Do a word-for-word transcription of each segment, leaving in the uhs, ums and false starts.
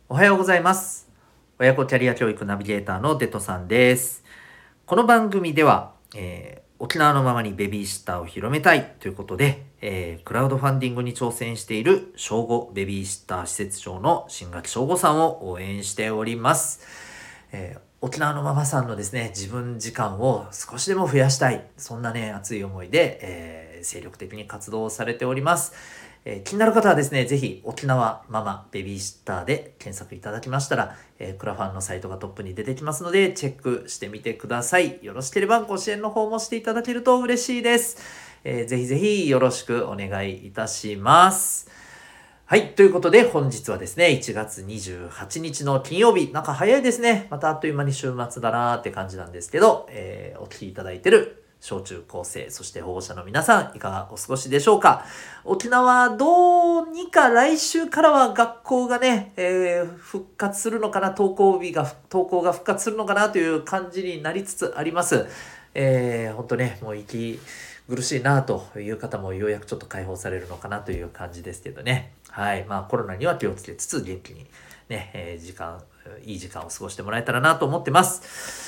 おはようございます。親子キャリア教育ナビゲーターのデトさんです。この番組では、えー沖縄のままにベビーシッターを広めたいということで、えークラウドファンディングに挑戦している小五ベビーシッター施設長の新垣翔吾さんを応援しております。えー沖縄のママさんのですね、自分時間を少しでも増やしたい。そんなね、熱い思いで、えー精力的に活動されております。えー気になる方はですね、ぜひ沖縄ママベビーシッターで検索いただきましたら、えークラファンのサイトがトップに出てきますので、チェックしてみてください。よろしければご支援の方もしていただけると嬉しいです。えーぜひぜひよろしくお願いいたします。はい。ということで、本日はですね、いちがつにじゅうはちにちの金曜日、なんか早いですね。またあっという間に週末だなーって感じなんですけど、えーお聞きいただいている小中高生、そして保護者の皆さん、いかがお過ごしでしょうか。沖縄、どうにか来週からは学校がね、えー復活するのかな、登校日が、登校が復活するのかなという感じになりつつあります。えー、ほんとね、もう息苦しいなという方もようやくちょっと解放されるのかなという感じですけどね。はい。まあコロナには気をつけつつ元気にね、えー時間、いい時間を過ごしてもらえたらなと思ってます。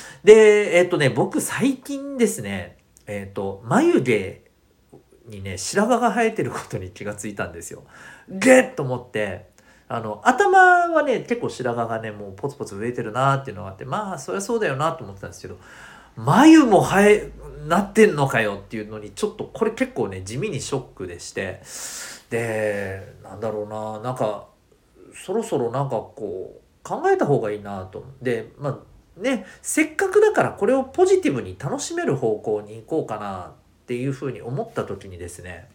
で、えっとね、僕最近ですね、えっと、眉毛にね、白髪が生えてることに気がついたんですよ。ゲッと思って、あの、頭はね、結構白髪がね、もうポツポツ増えてるなっていうのがあって、まあ、そりゃそうだよなと思ってたんですけど、眉も生え、なってんのかよっていうのに、ちょっとこれ結構ね、地味にショックでして、で、なんだろうな、なんか、そろそろなんかこう、考えた方がいいなと思って、まあね、せっかくだからこれをポジティブに楽しめる方向に行こうかなっていうふうに思った時にですね、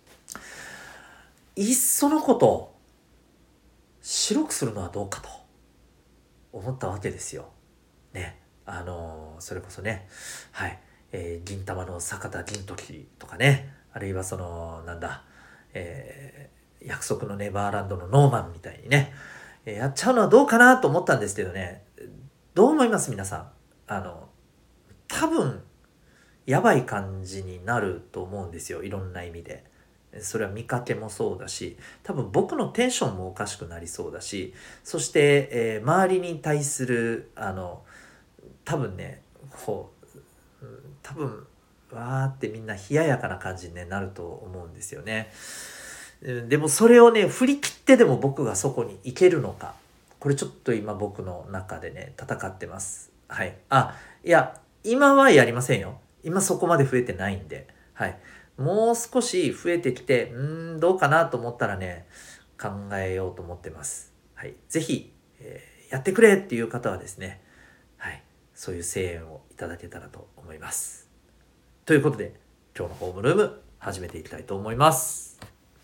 いっそのこと白くするのはどうかと思ったわけですよ。ね。あのーそれこそね、はい、えー銀魂の坂田銀時とかね、あるいはその、なんだ、えー約束のネバーランドのノーマンみたいにね、えーやっちゃうのはどうかなと思ったんですけどね、どう思います皆さん。あの、多分、やばい感じになると思うんですよ。いろんな意味で。それは見かけもそうだし、多分僕のテンションもおかしくなりそうだし、そして、えー周りに対する、あの、多分ね、こう、うん多分、わーってみんな冷ややかな感じに、ね、なると思うんですよね。うんでもそれをね、振り切ってでも僕がそこに行けるのか。これちょっと今僕の中でね、戦ってます。はい。あ、いや、今はやりませんよ。今そこまで増えてないんで。はい。もう少し増えてきて、うーん、どうかなと思ったらね、考えようと思ってます。はい。ぜひ、えーやってくれっていう方はですね、はい。そういう声援をいただけたらと思います。ということで、今日のホームルーム、始めていきたいと思います。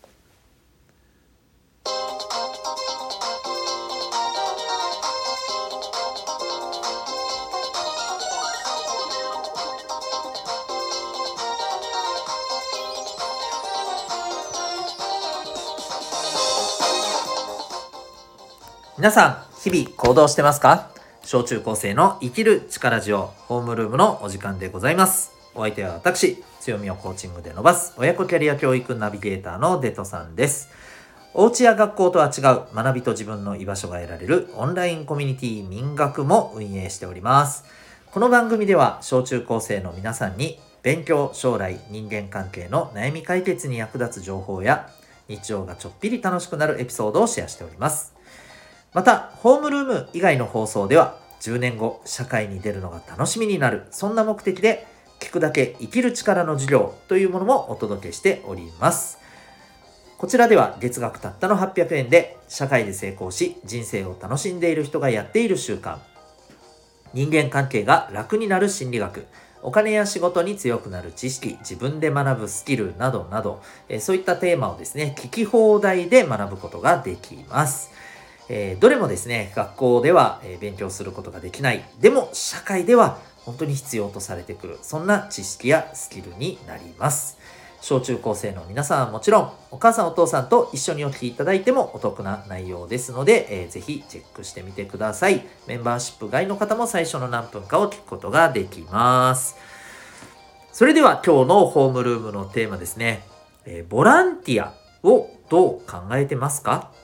皆さん、日々行動してますか？小中高生の生きる力ジオホームルームのお時間でございます。お相手は私、強みをコーチングで伸ばす親子キャリア教育ナビゲーターのデトさんです。お家や学校とは違う学びと自分の居場所が得られるオンラインコミュニティ民学も運営しております。この番組では小中高生の皆さんに勉強、将来、人間関係の悩み解決に役立つ情報や日常がちょっぴり楽しくなるエピソードをシェアしております。また、ホームルーム以外の放送では、じゅうねんご、社会に出るのが楽しみになる、そんな目的で、聞くだけ生きる力の授業というものもお届けしております。こちらでは月額たったのはっぴゃくえんで、社会で成功し、人生を楽しんでいる人がやっている習慣、人間関係が楽になる心理学、お金や仕事に強くなる知識、自分で学ぶスキルなどなど、えーそういったテーマをですね、聞き放題で学ぶことができます。えーどれもですね、学校では、えー勉強することができない。でも、社会では本当に必要とされてくる。そんな知識やスキルになります。小中高生の皆さんはもちろん、お母さんお父さんと一緒にお聞きいただいてもお得な内容ですので、えーぜひチェックしてみてください。メンバーシップ外の方も最初の何分かを聞くことができます。それでは今日のホームルームのテーマですね。えーボランティアをどう考えてますか？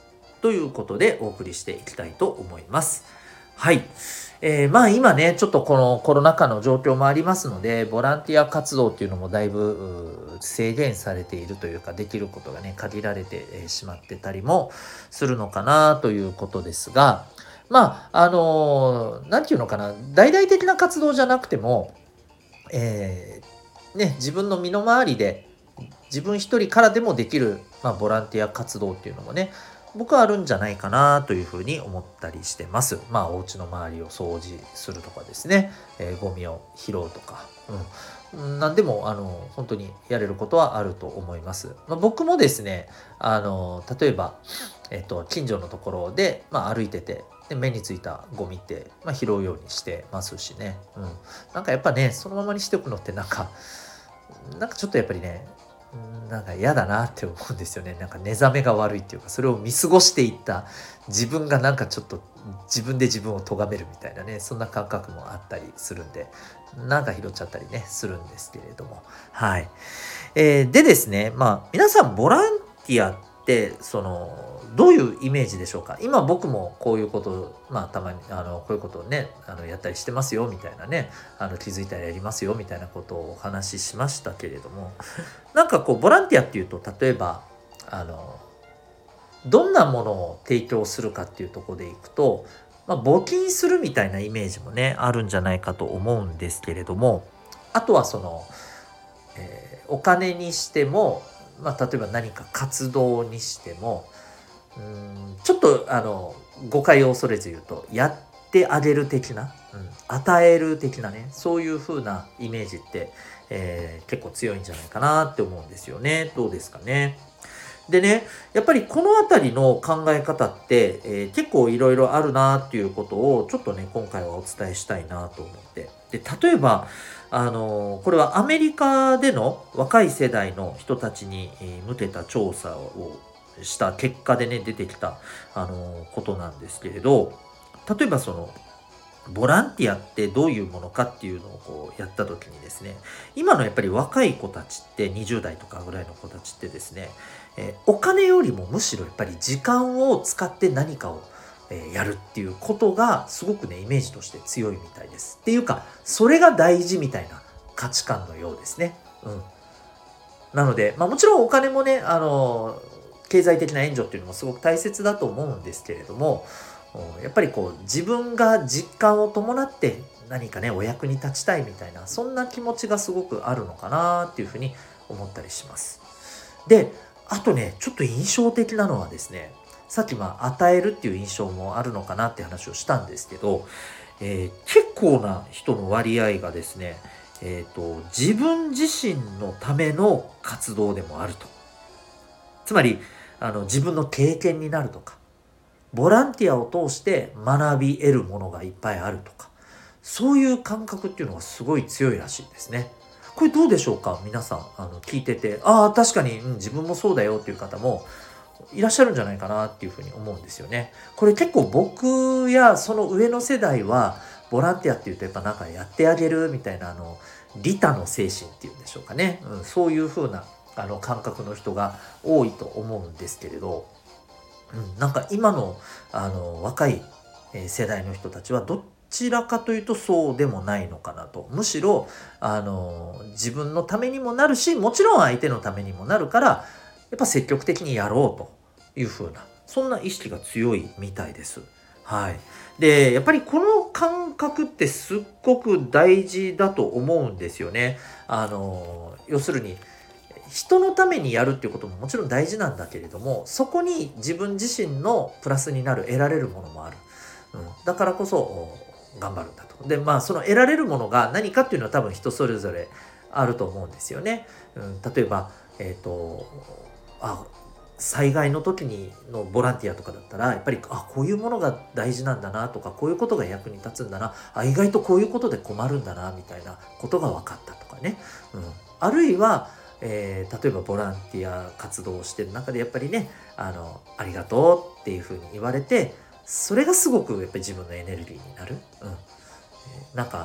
ということでお送りしていきたいと思います。はい。えー、まあ今ね、ちょっとこのコロナ禍の状況もありますので、ボランティア活動っていうのもだいぶ制限されているというか、できることがね、限られてしまってたりもするのかなということですが、まあ、あのー、なんていうのかな、大々的な活動じゃなくても、えー、ね、自分の身の回りで、自分一人からでもできる、まあ、ボランティア活動っていうのもね、僕はあるんじゃないかなというふうに思ったりしてます。まあお家の周りを掃除するとかですね、えー、ゴミを拾うとか、うん、何でもあの本当にやれることはあると思います。まあ、僕もですね、あの例えば、えっと、近所のところで、まあ、歩いててで目についたゴミって、まあ、拾うようにしてますしね、うん、なんかやっぱねそのままにしておくのってなんかなんかちょっとやっぱりねなんか嫌だなって思うんですよね。なんか寝覚めが悪いっていうか、それを見過ごしていった自分がなんかちょっと自分で自分を咎めるみたいなね、そんな感覚もあったりするんで、なんか拾っちゃったりね、するんですけれども。はい。えー、でですね、まあ皆さんボランティアってそのどういうイメージでしょうか。今僕もこういうことまあたまにあのこういうことをねあのやったりしてますよみたいなね、あの気づいたらやりますよみたいなことをお話ししましたけれども、なんかこうボランティアっていうと例えばあのどんなものを提供するかっていうところでいくと、まあ、募金するみたいなイメージもねあるんじゃないかと思うんですけれども、あとはその、えーお金にしても、まあ、例えば何か活動にしても、うーんちょっとあの誤解を恐れず言うとやってあげる的な、うん、与える的なね、そういう風なイメージって、えー結構強いんじゃないかなって思うんですよね。どうですかね。でね、やっぱりこのあたりの考え方って、えー結構いろいろあるなっていうことをちょっとね今回はお伝えしたいなと思って、で例えばあのーこれはアメリカでの若い世代の人たちにえー向けた調査をした結果でね出てきたあのーことなんですけれど、例えばそのボランティアってどういうものかっていうのをこうやった時にですね、今のやっぱり若い子たちってにじゅう代とかぐらいの子たちってですね、えーお金よりもむしろやっぱり時間を使って何かを、えーやるっていうことがすごくねイメージとして強いみたいです。っていうかそれが大事みたいな価値観のようですね。うん。なので、まあ、もちろんお金もね、あの経済的な援助っていうのもすごく大切だと思うんですけれども、やっぱりこう自分が実感を伴って何かねお役に立ちたいみたいな、そんな気持ちがすごくあるのかなっていうふうに思ったりします。で、あとねちょっと印象的なのはですね、さっきまあ与えるっていう印象もあるのかなって話をしたんですけど、えー結構な人の割合がですね、えーと自分自身のための活動でもあると。つまりあの自分の経験になるとか、ボランティアを通して学び得るものがいっぱいあるとか、そういう感覚っていうのがすごい強いらしいですね。これどうでしょうか皆さん、あの聞いてて、ああ確かに、うん、自分もそうだよっていう方もいらっしゃるんじゃないかなっていうふうに思うんですよね。これ結構僕やその上の世代はボランティアっていうとやっぱなんかやってあげるみたいな、あの利他の精神っていうんでしょうかね、うん、そういう風なあの感覚の人が多いと思うんですけれど、うん、なんか今のあの若いえー世代の人たちはどちらかというとそうでもないのかなと。むしろあの自分のためにもなるし、もちろん相手のためにもなるから、やっぱ積極的にやろうという風な、そんな意識が強いみたいです。はい。で、やっぱりこの感覚ってすっごく大事だと思うんですよね。あの要するに人のためにやるっていうことももちろん大事なんだけれども、そこに自分自身のプラスになる得られるものもある。うん、だからこそお頑張るんだと。で、まあその得られるものが何かっていうのは多分人それぞれあると思うんですよね。うん、例えば、えっと、あ、災害の時にのボランティアとかだったらやっぱりあこういうものが大事なんだなとか、こういうことが役に立つんだな、あ意外とこういうことで困るんだなみたいなことが分かったとかね、うん、あるいは、えー例えばボランティア活動をしてる中でやっぱりねあのありがとうっていうふうに言われて、それがすごくやっぱり自分のエネルギーになる、うん、えーなんか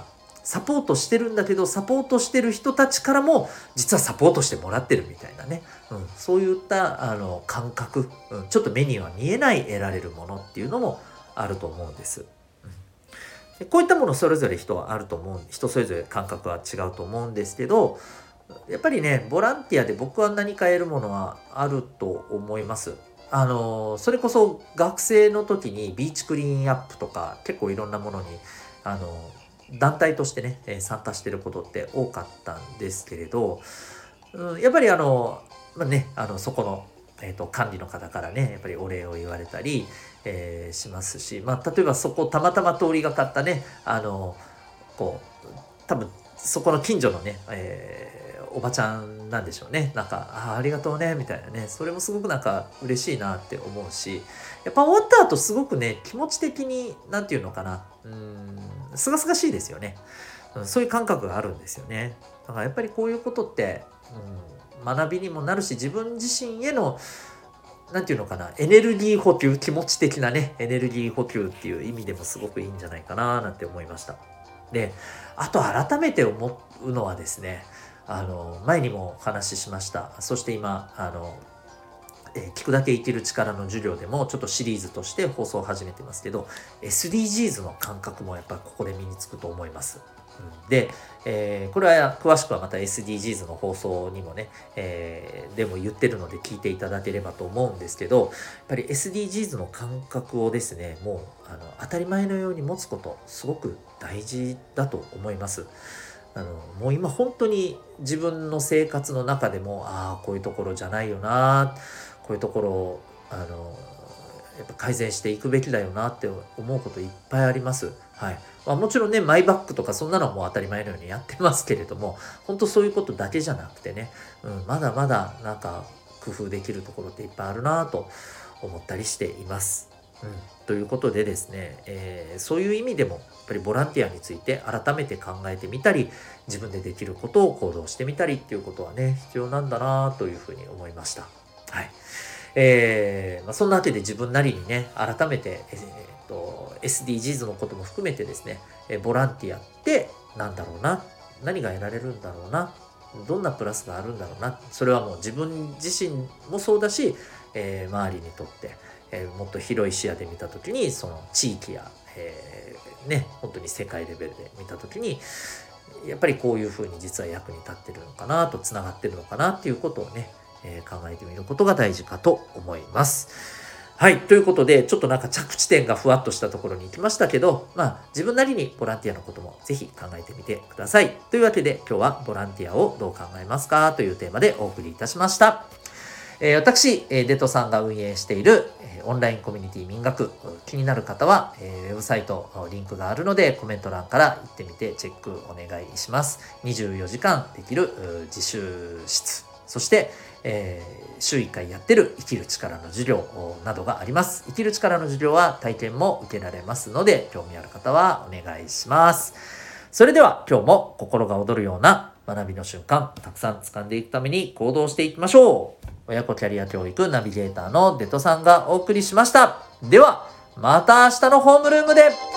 サポートしてるんだけど、サポートしてる人たちからも実はサポートしてもらってるみたいなね、うん、そういったあの感覚、うん、ちょっと目には見えない得られるものっていうのもあると思うんです。うん、でこういったものそれぞれ人はあると思う、人それぞれ感覚は違うと思うんですけど、やっぱりね、ボランティアで僕は何か得るものはあると思います。あのそれこそ学生の時にビーチクリーンアップとか結構いろんなものにあの団体としてね、えー参加してることって多かったんですけれど、うん、やっぱりあの、まあね、あのそこの、えーと、管理の方からねやっぱりお礼を言われたり、えーしますし、まあ、例えばそこたまたま通りがかったね、あのこう多分そこの近所のね、えーおばちゃんなんでしょうね。なんか、あーありがとうね、みたいなね。それもすごくなんか嬉しいなって思うし、やっぱ終わった後すごくね、気持ち的に、なんていうのかな、うーん、すがすがしいですよね。うん、そういう感覚があるんですよね。だからやっぱりこういうことって、うん、学びにもなるし、自分自身への、なんていうのかな、エネルギー補給、気持ち的なね、エネルギー補給っていう意味でもすごくいいんじゃないかな、なんて思いました。で、あと改めて思うのはですね、あの、前にもお話ししました。そして今、あの、えー聞くだけ生きる力の授業でもちょっとシリーズとして放送を始めてますけど、 エスディージーズ の感覚もやっぱりここで身につくと思います。うん、で、えーこれは詳しくはまた エスディージーズ の放送にもね、えーでも言ってるので聞いていただければと思うんですけど、やっぱり エスディージーズ の感覚をですね、もうあの当たり前のように持つことすごく大事だと思います。あのもう今本当に自分の生活の中でも、ああこういうところじゃないよな、こういうところをあのやっぱ改善していくべきだよなって思うこといっぱいあります。はい。まあ、もちろんね、マイバッグとかそんなのはもう当たり前のようにやってますけれども、本当そういうことだけじゃなくてね、うん、まだまだなんか工夫できるところっていっぱいあるなと思ったりしています。うん、ということでですね、えーそういう意味でもやっぱりボランティアについて改めて考えてみたり、自分でできることを行動してみたりっていうことはね、必要なんだなというふうに思いました。はい。えーまあ、そんなわけで自分なりにね、改めて、えーと エスディージーズ のことも含めてですね、えーボランティアってなんだろうな、何が得られるんだろうな、どんなプラスがあるんだろうな、それはもう自分自身もそうだし、えー周りにとって、えーもっと広い視野で見た時に、その地域や、えーね、本当に世界レベルで見た時に、やっぱりこういうふうに実は役に立ってるのかなと、つながってるのかなっていうことをね、えー考えてみることが大事かと思います。はい。ということで、ちょっとなんか着地点がふわっとしたところに行きましたけど、まあ自分なりにボランティアのこともぜひ考えてみてください。というわけで今日はボランティアをどう考えますかというテーマでお送りいたしました。えー私、えーデトさんが運営している、えーオンラインコミュニティ民学、気になる方は、えーウェブサイト、リンクがあるのでコメント欄から行ってみてチェックお願いします。にじゅうよじかんできるう自習室、そして、えー週いっかいやってる生きる力の授業などがあります。生きる力の授業は体験も受けられますので、興味ある方はお願いします。それでは今日も心が躍るような学びの瞬間、たくさん掴んでいくために行動していきましょう。親子キャリア教育ナビゲーターのデトさんがお送りしました。では、また明日のホームルームで。